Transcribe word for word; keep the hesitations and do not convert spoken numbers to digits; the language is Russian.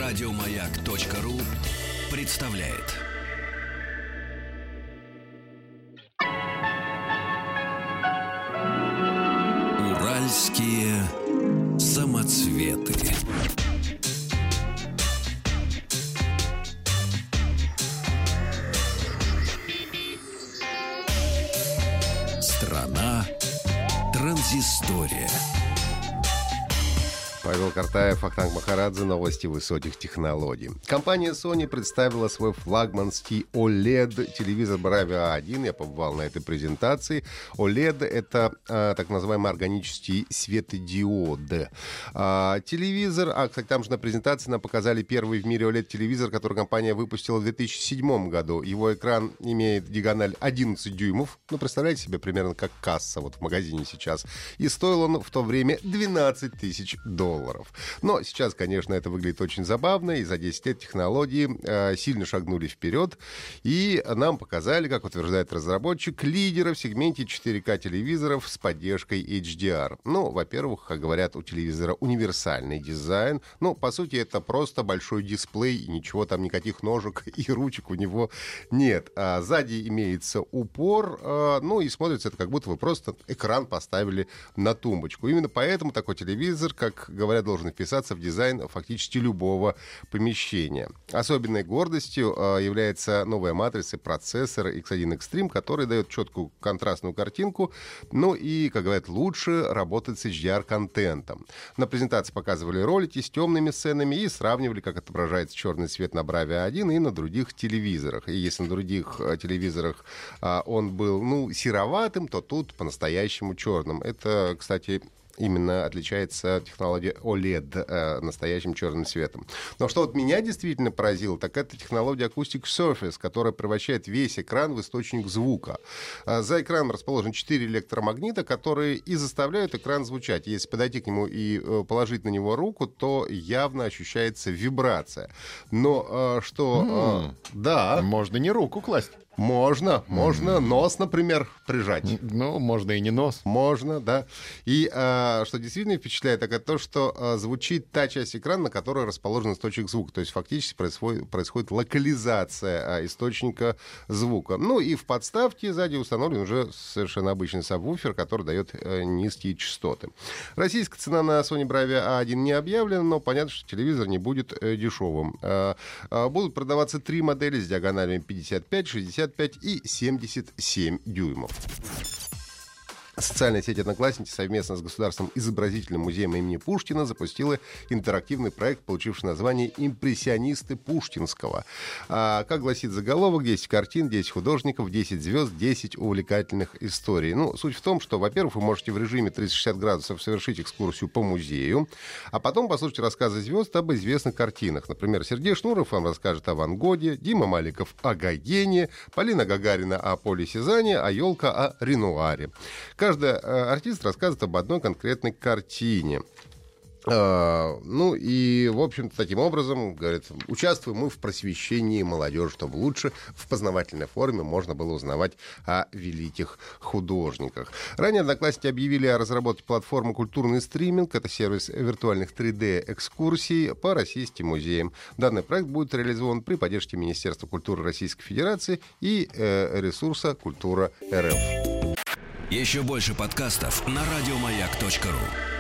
Радиомаяк.ру представляет. Уральские самоцветы. Страна транзистория. Павел Картаев, Вахтанг Махарадзе, новости высоких технологий. Компания Sony представила свой флагманский о лед телевизор Bravia один. Я побывал на этой презентации. о лед — это а, так называемый органический светодиод. А, телевизор, а, кстати, там же на презентации нам показали первый в мире о лед-телевизор, который компания выпустила в две тысячи седьмом году. Его экран имеет диагональ одиннадцать дюймов. Ну, представляете себе, примерно как касса вот в магазине сейчас. И стоил он в то время двенадцать тысяч долларов. Но сейчас, конечно, это выглядит очень забавно, и за десять лет технологии э, сильно шагнули вперед, и нам показали, как утверждает разработчик, лидера в сегменте четыре ка телевизоров с поддержкой эйч ди ар. Ну, во-первых, как говорят, у телевизора универсальный дизайн. Ну, по сути, это просто большой дисплей, и ничего там, никаких ножек и ручек у него нет. А сзади имеется упор, э, ну, и смотрится это как будто вы просто экран поставили на тумбочку. Именно поэтому такой телевизор, как говорят, должен вписаться в дизайн фактически любого помещения. Особенной гордостью э, является новая матрица процессора икс один Extreme, который дает четкую контрастную картинку, ну и, как говорят, лучше работает с эйч ди ар-контентом. На презентации показывали ролики с темными сценами и сравнивали, как отображается черный свет на Bravia один и на других телевизорах. И если на других э, телевизорах э, он был, ну, сероватым, то тут по-настоящему черным. Это, кстати, именно отличается технология о лед э, настоящим черным цветом. Но что вот меня действительно поразило, так это технология Acoustic Surface, которая превращает весь экран в источник звука. А за экраном расположены четыре электромагнита, которые и заставляют экран звучать. Если подойти к нему и э, положить на него руку, то явно ощущается вибрация. Но э, что... Э, да. Можно не руку класть. Можно, можно mm-hmm. нос, например, прижать. Ну, можно и не нос. Можно, да. И а, что действительно впечатляет, так это то, что а, звучит та часть экрана, на которой расположен источник звука. То есть фактически происходит, происходит локализация а, источника звука. Ну и в подставке сзади установлен уже совершенно обычный сабвуфер, который дает а, низкие частоты. Российская цена на Sony Bravia один не объявлена, но понятно, что телевизор не будет а, дешевым. А, а, будут продаваться три модели с диагоналями пятьдесят пять, шестьдесят пять и семьдесят семь дюймов. Социальная сеть «Одноклассники» совместно с Государственным изобразительным музеем имени Пушкина запустила интерактивный проект, получивший название «Импрессионисты Пушкинского». А, как гласит заголовок, десять картин, десять художников, десять звезд, десять увлекательных историй. Ну, суть в том, что, во-первых, вы можете в режиме триста шестьдесят градусов совершить экскурсию по музею, а потом послушать рассказы звезд об известных картинах. Например, Сергей Шнуров вам расскажет о Ван Гоге, Дима Маликов о Гогене, Полина Гагарина о Поле Сезанне, а Ёлка о Ренуаре. Каждый артист рассказывает об одной конкретной картине. Uh, ну и, в общем-то, таким образом, говорит, участвуем мы в просвещении молодежи, чтобы лучше в познавательной форме можно было узнавать о великих художниках. Ранее «Одноклассники» объявили о разработке платформы «Культурный стриминг». Это сервис виртуальных три дэ-экскурсий по российским музеям. Данный проект будет реализован при поддержке Министерства культуры Российской Федерации и э, ресурса «Культура эр эф». Еще больше подкастов на радиомаяк точка ру.